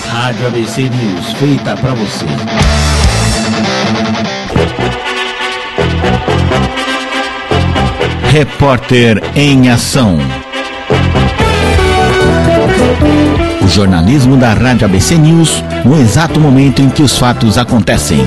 Rádio ABC News, feita para você. Repórter em ação. O jornalismo da Rádio ABC News no exato momento em que os fatos acontecem.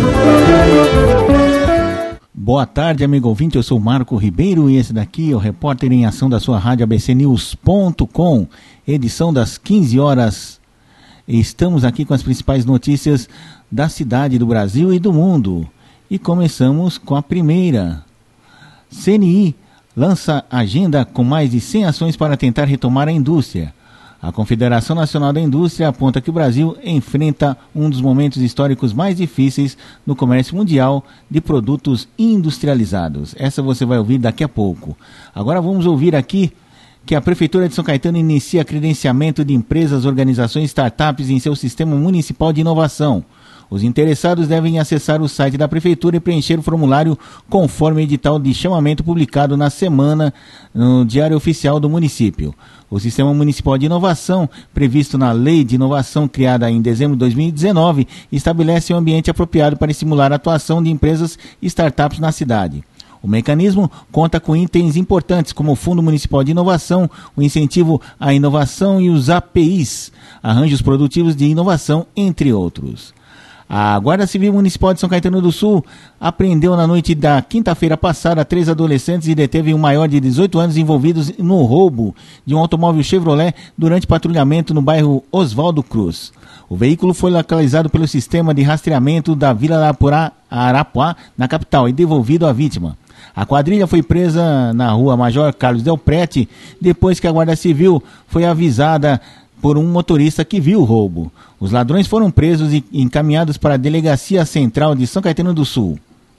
Boa tarde, amigo ouvinte, eu sou Marco Ribeiro e esse daqui é o Repórter em Ação da sua rádio abcnews.com, edição das 15 horas. Estamos aqui com as principais notícias da cidade, do Brasil e do mundo. E começamos com a primeira. CNI lança agenda com mais de 100 ações para tentar retomar a indústria. A Confederação Nacional da Indústria aponta que o Brasil enfrenta um dos momentos históricos mais difíceis no comércio mundial de produtos industrializados. Essa você vai ouvir daqui a pouco. Agora vamos ouvir aqui que a Prefeitura de São Caetano inicia credenciamento de empresas, organizações e startups em seu sistema municipal de inovação. Os interessados devem acessar o site da Prefeitura e preencher o formulário conforme o edital de chamamento publicado na semana no Diário Oficial do município. O Sistema Municipal de Inovação, previsto na Lei de Inovação criada em dezembro de 2019, estabelece um ambiente apropriado para estimular a atuação de empresas e startups na cidade. O mecanismo conta com itens importantes como o Fundo Municipal de Inovação, o incentivo à inovação e os APIs, arranjos produtivos de inovação, entre outros. A Guarda Civil Municipal de São Caetano do Sul apreendeu na noite da quinta-feira passada 3 adolescentes e deteve um maior de 18 anos envolvidos no roubo de um automóvel Chevrolet durante patrulhamento no bairro Oswaldo Cruz. O veículo foi localizado pelo sistema de rastreamento da Vila Arapuá, na capital, e devolvido à vítima. A quadrilha foi presa na rua Major Carlos Del Prete depois que a Guarda Civil foi avisada por um motorista que viu o roubo. Os ladrões foram presos e encaminhados para a Delegacia Central de São Caetano do Sul.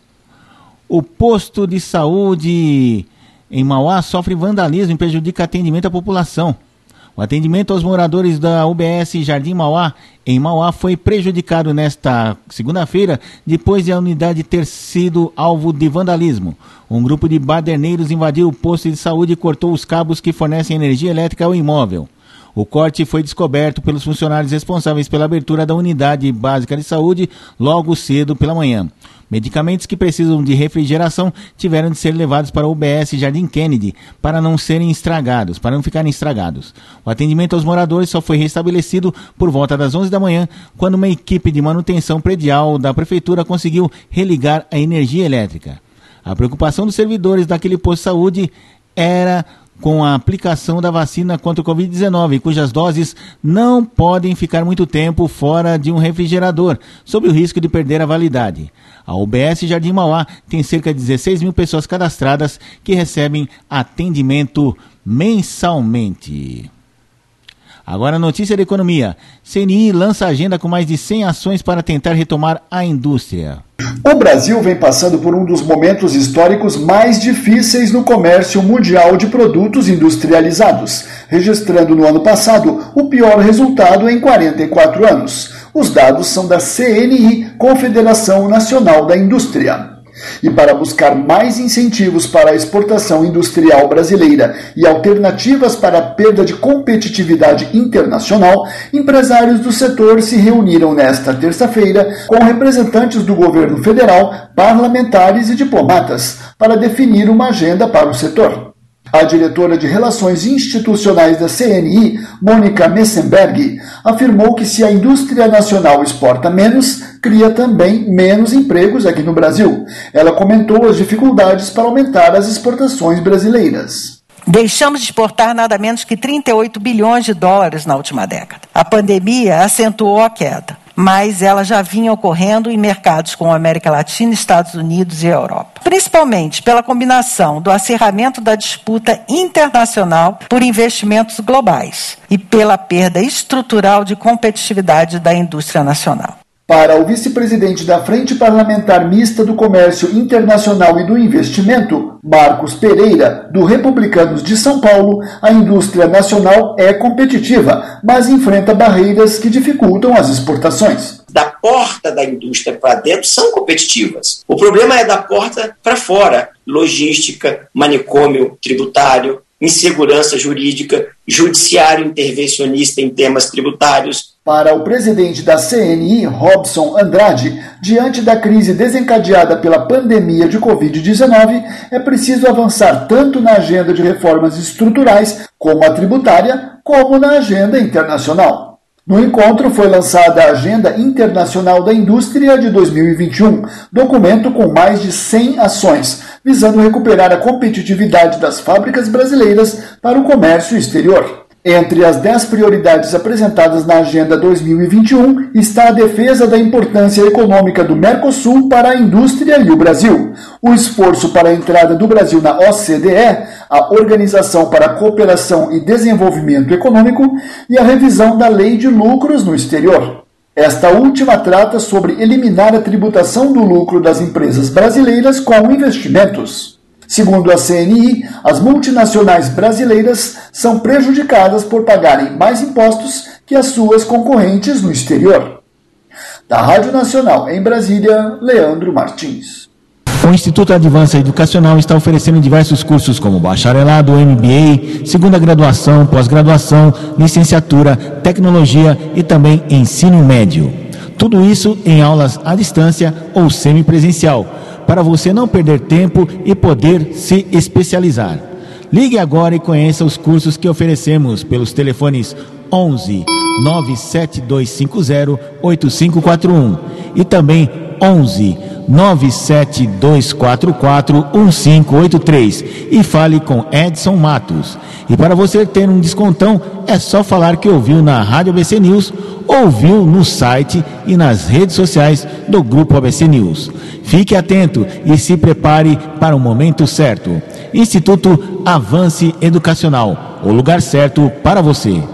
O posto de saúde em Mauá sofre vandalismo e prejudica atendimento à população. O atendimento aos moradores da UBS Jardim Mauá, em Mauá, foi prejudicado nesta segunda-feira, depois de a unidade ter sido alvo de vandalismo. Um grupo de baderneiros invadiu o posto de saúde e cortou os cabos que fornecem energia elétrica ao imóvel. O corte foi descoberto pelos funcionários responsáveis pela abertura da unidade básica de saúde logo cedo pela manhã. Medicamentos que precisam de refrigeração tiveram de ser levados para o UBS Jardim Kennedy para não ficarem estragados. O atendimento aos moradores só foi restabelecido por volta das 11 da manhã, quando uma equipe de manutenção predial da prefeitura conseguiu religar a energia elétrica. A preocupação dos servidores daquele posto de saúde era com a aplicação da vacina contra o Covid-19, cujas doses não podem ficar muito tempo fora de um refrigerador, sob o risco de perder a validade. A UBS Jardim Mauá tem cerca de 16 mil pessoas cadastradas que recebem atendimento mensalmente. Agora a notícia da economia. CNI lança agenda com mais de 100 ações para tentar retomar a indústria. O Brasil vem passando por um dos momentos históricos mais difíceis no comércio mundial de produtos industrializados, registrando no ano passado o pior resultado em 44 anos. Os dados são da CNI, Confederação Nacional da Indústria. E para buscar mais incentivos para a exportação industrial brasileira e alternativas para a perda de competitividade internacional, empresários do setor se reuniram nesta terça-feira com representantes do governo federal, parlamentares e diplomatas para definir uma agenda para o setor. A diretora de Relações Institucionais da CNI, Mônica Messenberg, afirmou que se a indústria nacional exporta menos, cria também menos empregos aqui no Brasil. Ela comentou as dificuldades para aumentar as exportações brasileiras. Deixamos de exportar nada menos que 38 bilhões de dólares na última década. A pandemia acentuou a queda, mas ela já vinha ocorrendo em mercados como a América Latina, Estados Unidos e Europa. Principalmente pela combinação do acirramento da disputa internacional por investimentos globais e pela perda estrutural de competitividade da indústria nacional. Para o vice-presidente da Frente Parlamentar Mista do Comércio Internacional e do Investimento, Marcos Pereira, do Republicanos de São Paulo, a indústria nacional é competitiva, mas enfrenta barreiras que dificultam as exportações. Da porta da indústria para dentro são competitivas. O problema é da porta para fora. Logística, manicômio tributário, insegurança jurídica, judiciário intervencionista em temas tributários, Para o presidente da CNI, Robson Andrade, diante da crise desencadeada pela pandemia de Covid-19, é preciso avançar tanto na agenda de reformas estruturais, como a tributária, como na agenda internacional. No encontro foi lançada a Agenda Internacional da Indústria de 2021, documento com mais de 100 ações, visando recuperar a competitividade das fábricas brasileiras para o comércio exterior. Entre as 10 prioridades apresentadas na Agenda 2021 está a defesa da importância econômica do Mercosul para a indústria e o Brasil, o esforço para a entrada do Brasil na OCDE, a Organização para a Cooperação e Desenvolvimento Econômico, e a revisão da Lei de Lucros no Exterior. Esta última trata sobre eliminar a tributação do lucro das empresas brasileiras com investimentos. Segundo a CNI, as multinacionais brasileiras são prejudicadas por pagarem mais impostos que as suas concorrentes no exterior. Da Rádio Nacional em Brasília, Leandro Martins. O Instituto Advança Educacional está oferecendo diversos cursos como bacharelado, MBA, segunda graduação, pós-graduação, licenciatura, tecnologia e também ensino médio. Tudo isso em aulas à distância ou semipresencial, para você não perder tempo e poder se especializar. Ligue agora e conheça os cursos que oferecemos pelos telefones 11 97250 8541 e também 11 97244 1583 e fale com Edson Matos. E para você ter um descontão, é só falar que ouviu na Rádio ABC News, ouviu no site e nas redes sociais do Grupo ABC News. Fique atento e se prepare para o momento certo. Instituto Avance Educacional, o lugar certo para você.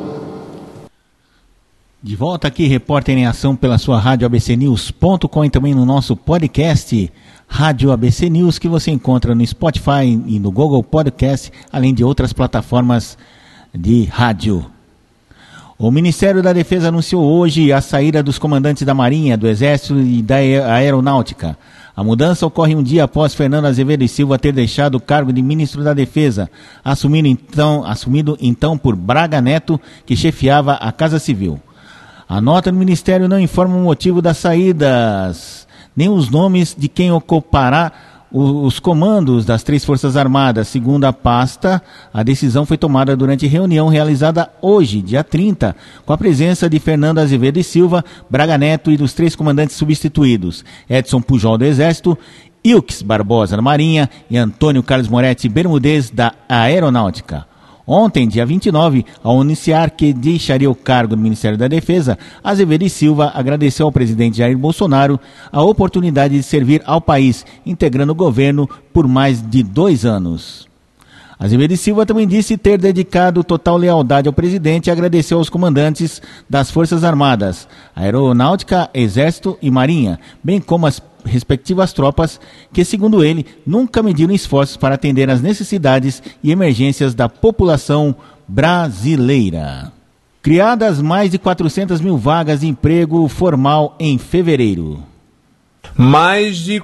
De volta aqui, repórter em ação pela sua rádio abcnews.com e também no nosso podcast Rádio ABC News, que você encontra no Spotify e no Google Podcast, além de outras plataformas de rádio. O Ministério da Defesa anunciou hoje a saída dos comandantes da Marinha, do Exército e da Aeronáutica. A mudança ocorre um dia após Fernando Azevedo e Silva ter deixado o cargo de ministro da Defesa, assumido então por Braga Neto, que chefiava a Casa Civil. A nota do Ministério não informa o motivo das saídas, nem os nomes de quem ocupará os comandos das 3 Forças Armadas. Segundo a pasta, a decisão foi tomada durante reunião realizada hoje, dia 30, com a presença de Fernando Azevedo e Silva, Braga Neto e dos 3 comandantes substituídos, Edson Pujol do Exército, Ilques Barbosa da Marinha e Antônio Carlos Moretti Bermudez da Aeronáutica. Ontem, dia 29, ao anunciar que deixaria o cargo do Ministério da Defesa, Azevedo e Silva agradeceu ao presidente Jair Bolsonaro a oportunidade de servir ao país, integrando o governo por mais de 2 anos. Azevedo e Silva também disse ter dedicado total lealdade ao presidente e agradeceu aos comandantes das Forças Armadas, Aeronáutica, Exército e Marinha, bem como as respectivas tropas que, segundo ele, nunca mediram esforços para atender às necessidades e emergências da população brasileira. Criadas mais de 400 mil vagas de emprego formal em fevereiro. Mais de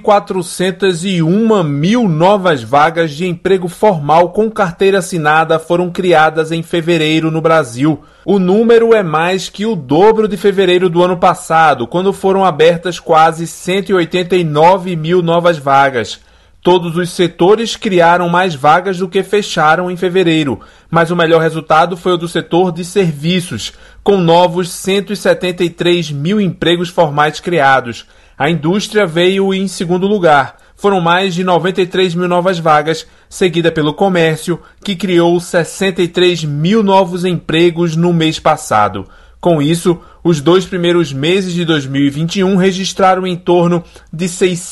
401 mil novas vagas de emprego formal com carteira assinada foram criadas em fevereiro no Brasil. O número é mais que o dobro de fevereiro do ano passado, quando foram abertas quase 189 mil novas vagas. Todos os setores criaram mais vagas do que fecharam em fevereiro, mas o melhor resultado foi o do setor de serviços, com novos 173 mil empregos formais criados. A indústria veio em segundo lugar. Foram mais de 93 mil novas vagas, seguida pelo comércio, que criou 63 mil novos empregos no mês passado. Com isso, os 2 primeiros meses de 2021 registraram em torno de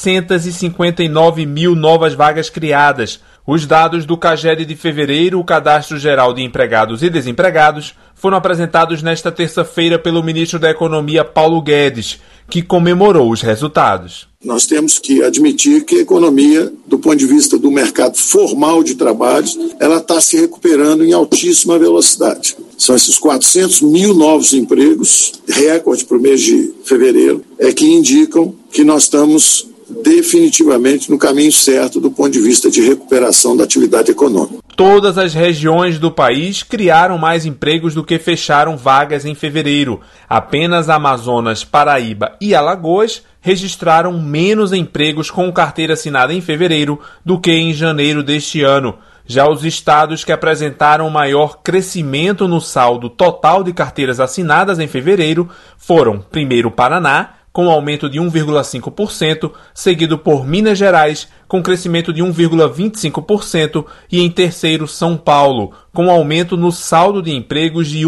659 mil novas vagas criadas. Os dados do CAGED de fevereiro, o Cadastro Geral de Empregados e Desempregados, foram apresentados nesta terça-feira pelo ministro da Economia, Paulo Guedes, que comemorou os resultados. Nós temos que admitir que a economia, do ponto de vista do mercado formal de trabalhos, ela está se recuperando em altíssima velocidade. São esses 400 mil novos empregos, recorde para o mês de fevereiro, que indicam que nós estamos definitivamente no caminho certo do ponto de vista de recuperação da atividade econômica. Todas as regiões do país criaram mais empregos do que fecharam vagas em fevereiro. Apenas Amazonas, Paraíba e Alagoas registraram menos empregos com carteira assinada em fevereiro do que em janeiro deste ano. Já os estados que apresentaram maior crescimento no saldo total de carteiras assinadas em fevereiro foram, primeiro, Paraná, com aumento de 1,5%, seguido por Minas Gerais, com crescimento de 1,25%, e em terceiro, São Paulo, com aumento no saldo de empregos de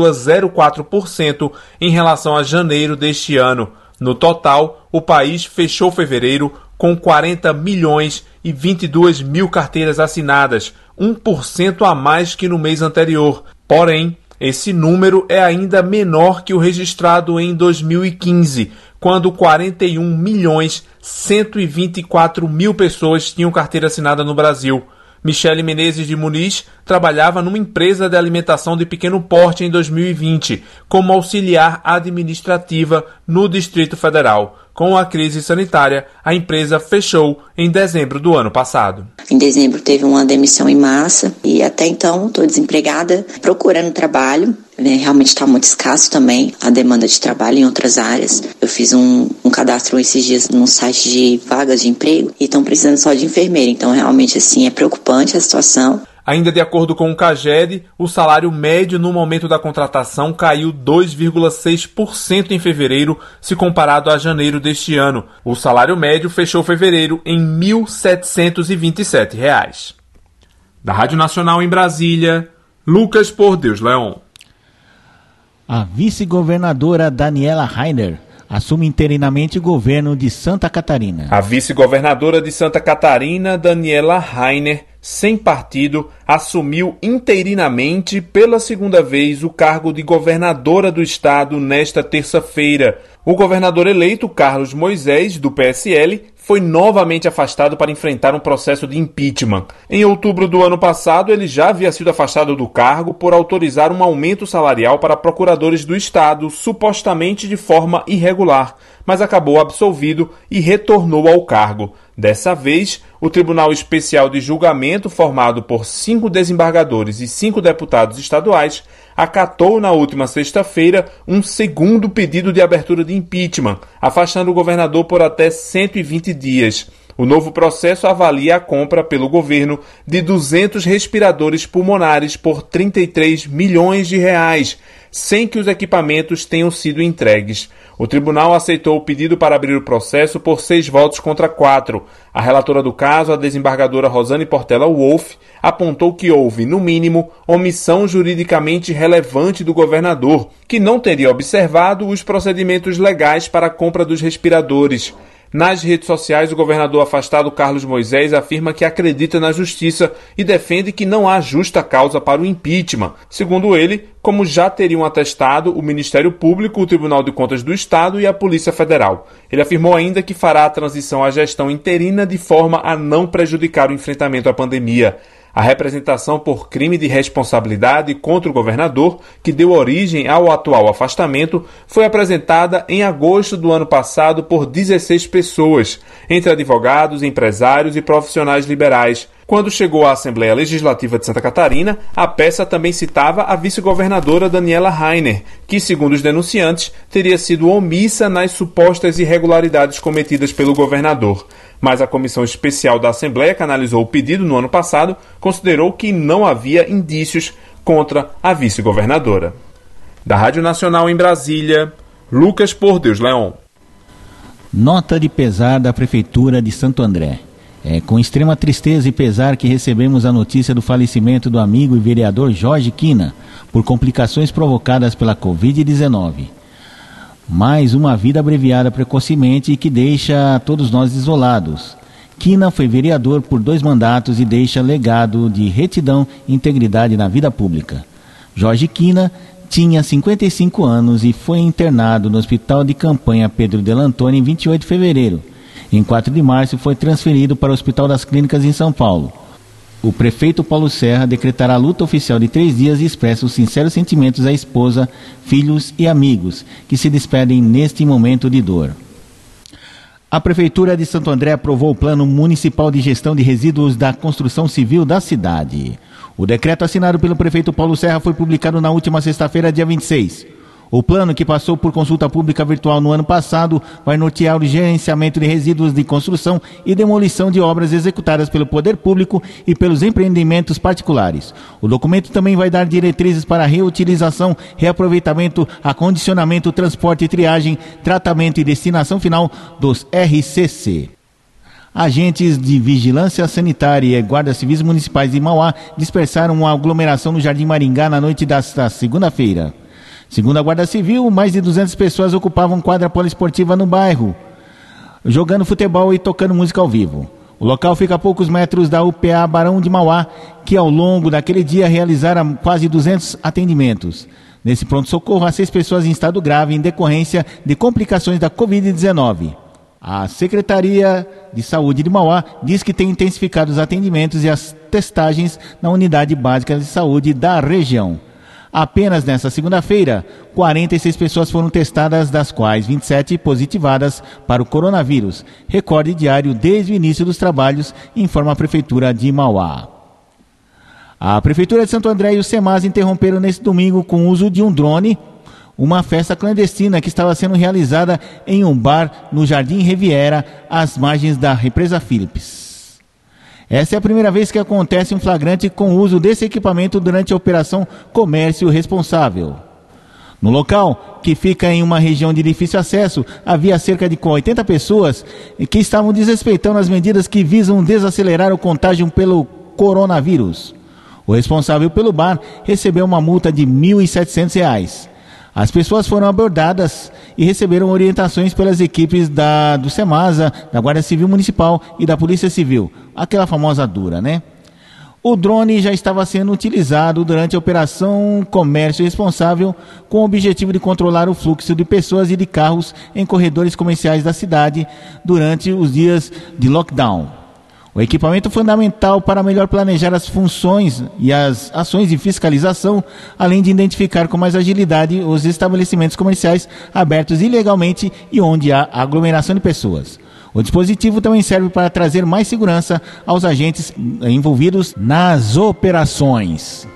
1,04% em relação a janeiro deste ano. No total, o país fechou fevereiro com 40 milhões e 22 mil carteiras assinadas, 1% a mais que no mês anterior. Porém, esse número é ainda menor que o registrado em 2015, quando 41 milhões 124 mil pessoas tinham carteira assinada no Brasil. Michele Menezes de Muniz trabalhava numa empresa de alimentação de pequeno porte em 2020, como auxiliar administrativa no Distrito Federal. Com a crise sanitária, a empresa fechou em dezembro do ano passado. Em dezembro teve uma demissão em massa e até então estou desempregada, procurando trabalho. Realmente está muito escasso também a demanda de trabalho em outras áreas. Eu fiz um cadastro esses dias num site de vagas de emprego e estão precisando só de enfermeira. Então realmente assim é preocupante a situação. Ainda de acordo com o CAGED, o salário médio no momento da contratação caiu 2,6% em fevereiro, se comparado a janeiro deste ano. O salário médio fechou fevereiro em R$ 1.727. Da Rádio Nacional em Brasília, Lucas Por Deus Leon. A vice-governadora Daniela Rainer assume interinamente o governo de Santa Catarina. A vice-governadora de Santa Catarina, Daniela Rainer, sem partido, assumiu interinamente pela segunda vez o cargo de governadora do estado nesta terça-feira. O governador eleito, Carlos Moisés, do PSL, foi novamente afastado para enfrentar um processo de impeachment. Em outubro do ano passado, ele já havia sido afastado do cargo por autorizar um aumento salarial para procuradores do estado, supostamente de forma irregular, mas acabou absolvido e retornou ao cargo. Dessa vez, o Tribunal Especial de Julgamento, formado por 5 desembargadores e 5 deputados estaduais, acatou na última sexta-feira um segundo pedido de abertura de impeachment, afastando o governador por até 120 dias. O novo processo avalia a compra pelo governo de 200 respiradores pulmonares por R$ 33 milhões, sem que os equipamentos tenham sido entregues. O tribunal aceitou o pedido para abrir o processo por 6 votos contra 4. A relatora do caso, a desembargadora Rosane Portela Wolff, apontou que houve, no mínimo, omissão juridicamente relevante do governador, que não teria observado os procedimentos legais para a compra dos respiradores. Nas redes sociais, o governador afastado Carlos Moisés afirma que acredita na justiça e defende que não há justa causa para o impeachment. Segundo ele, como já teriam atestado o Ministério Público, o Tribunal de Contas do Estado e a Polícia Federal. Ele afirmou ainda que fará a transição à gestão interina de forma a não prejudicar o enfrentamento à pandemia. A representação por crime de responsabilidade contra o governador, que deu origem ao atual afastamento, foi apresentada em agosto do ano passado por 16 pessoas, entre advogados, empresários e profissionais liberais. Quando chegou à Assembleia Legislativa de Santa Catarina, a peça também citava a vice-governadora Daniela Rainer, que, segundo os denunciantes, teria sido omissa nas supostas irregularidades cometidas pelo governador. Mas a Comissão Especial da Assembleia, que analisou o pedido no ano passado, considerou que não havia indícios contra a vice-governadora. Da Rádio Nacional em Brasília, Lucas Por Deus Leon. Nota de pesar da Prefeitura de Santo André. É com extrema tristeza e pesar que recebemos a notícia do falecimento do amigo e vereador Jorge Quina, por complicações provocadas pela Covid-19. Mais uma vida abreviada precocemente e que deixa todos nós isolados. Quina foi vereador por 2 mandatos e deixa legado de retidão e integridade na vida pública. Jorge Quina tinha 55 anos e foi internado no Hospital de Campanha Pedro Delantoni em 28 de fevereiro. Em 4 de março foi transferido para o Hospital das Clínicas em São Paulo. O prefeito Paulo Serra decretará luta oficial de 3 dias e expressa os sinceros sentimentos à esposa, filhos e amigos que se despedem neste momento de dor. A Prefeitura de Santo André aprovou o Plano Municipal de Gestão de Resíduos da Construção Civil da cidade. O decreto assinado pelo prefeito Paulo Serra foi publicado na última sexta-feira, dia 26. O plano, que passou por consulta pública virtual no ano passado, vai nortear o gerenciamento de resíduos de construção e demolição de obras executadas pelo poder público e pelos empreendimentos particulares. O documento também vai dar diretrizes para reutilização, reaproveitamento, acondicionamento, transporte, triagem, tratamento e destinação final dos RCC. Agentes de vigilância sanitária e guardas civis municipais de Mauá dispersaram uma aglomeração no Jardim Maringá na noite desta segunda-feira. Segundo a Guarda Civil, mais de 200 pessoas ocupavam quadra poliesportiva no bairro, jogando futebol e tocando música ao vivo. O local fica a poucos metros da UPA Barão de Mauá, que ao longo daquele dia realizaram quase 200 atendimentos. Nesse pronto-socorro, há 6 pessoas em estado grave em decorrência de complicações da Covid-19. A Secretaria de Saúde de Mauá diz que tem intensificado os atendimentos e as testagens na Unidade Básica de Saúde da região. Apenas nesta segunda-feira, 46 pessoas foram testadas, das quais 27 positivadas para o coronavírus. Recorde diário desde o início dos trabalhos, informa a Prefeitura de Mauá. A Prefeitura de Santo André e o SEMAS interromperam neste domingo, com o uso de um drone, uma festa clandestina que estava sendo realizada em um bar no Jardim Riviera, às margens da Represa Philips. Essa é a primeira vez que acontece um flagrante com o uso desse equipamento durante a Operação Comércio Responsável. No local, que fica em uma região de difícil acesso, havia cerca de 80 pessoas que estavam desrespeitando as medidas que visam desacelerar o contágio pelo coronavírus. O responsável pelo bar recebeu uma multa de R$ 1.700. As pessoas foram abordadas e receberam orientações pelas equipes do SEMASA, da Guarda Civil Municipal e da Polícia Civil. Aquela famosa dura, né? O drone já estava sendo utilizado durante a Operação Comércio Responsável, com o objetivo de controlar o fluxo de pessoas e de carros em corredores comerciais da cidade durante os dias de lockdown. O equipamento é fundamental para melhor planejar as funções e as ações de fiscalização, além de identificar com mais agilidade os estabelecimentos comerciais abertos ilegalmente e onde há aglomeração de pessoas. O dispositivo também serve para trazer mais segurança aos agentes envolvidos nas operações.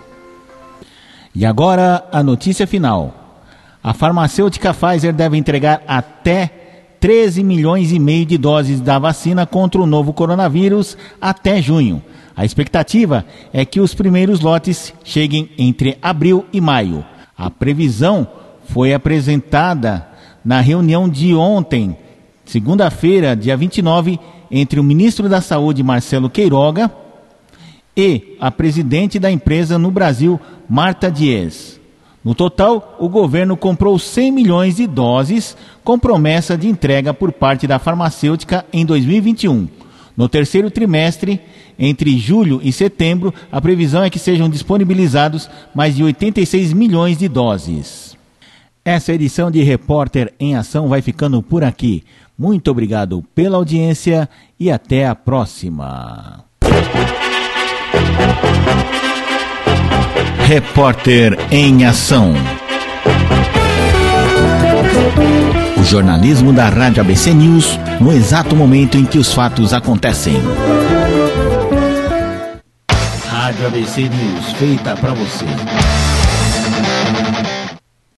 E agora a notícia final. A farmacêutica Pfizer deve entregar até 13 milhões e meio de doses da vacina contra o novo coronavírus até junho. A expectativa é que os primeiros lotes cheguem entre abril e maio. A previsão foi apresentada na reunião de ontem, segunda-feira, dia 29, entre o ministro da Saúde, Marcelo Queiroga, e a presidente da empresa no Brasil, Marta Dias. No total, o governo comprou 100 milhões de doses com promessa de entrega por parte da farmacêutica em 2021. No terceiro trimestre, entre julho e setembro, a previsão é que sejam disponibilizados mais de 86 milhões de doses. Essa edição de Repórter em Ação vai ficando por aqui. Muito obrigado pela audiência e até a próxima. Repórter em Ação. O jornalismo da Rádio ABC News no exato momento em que os fatos acontecem. Rádio ABC News, feita para você.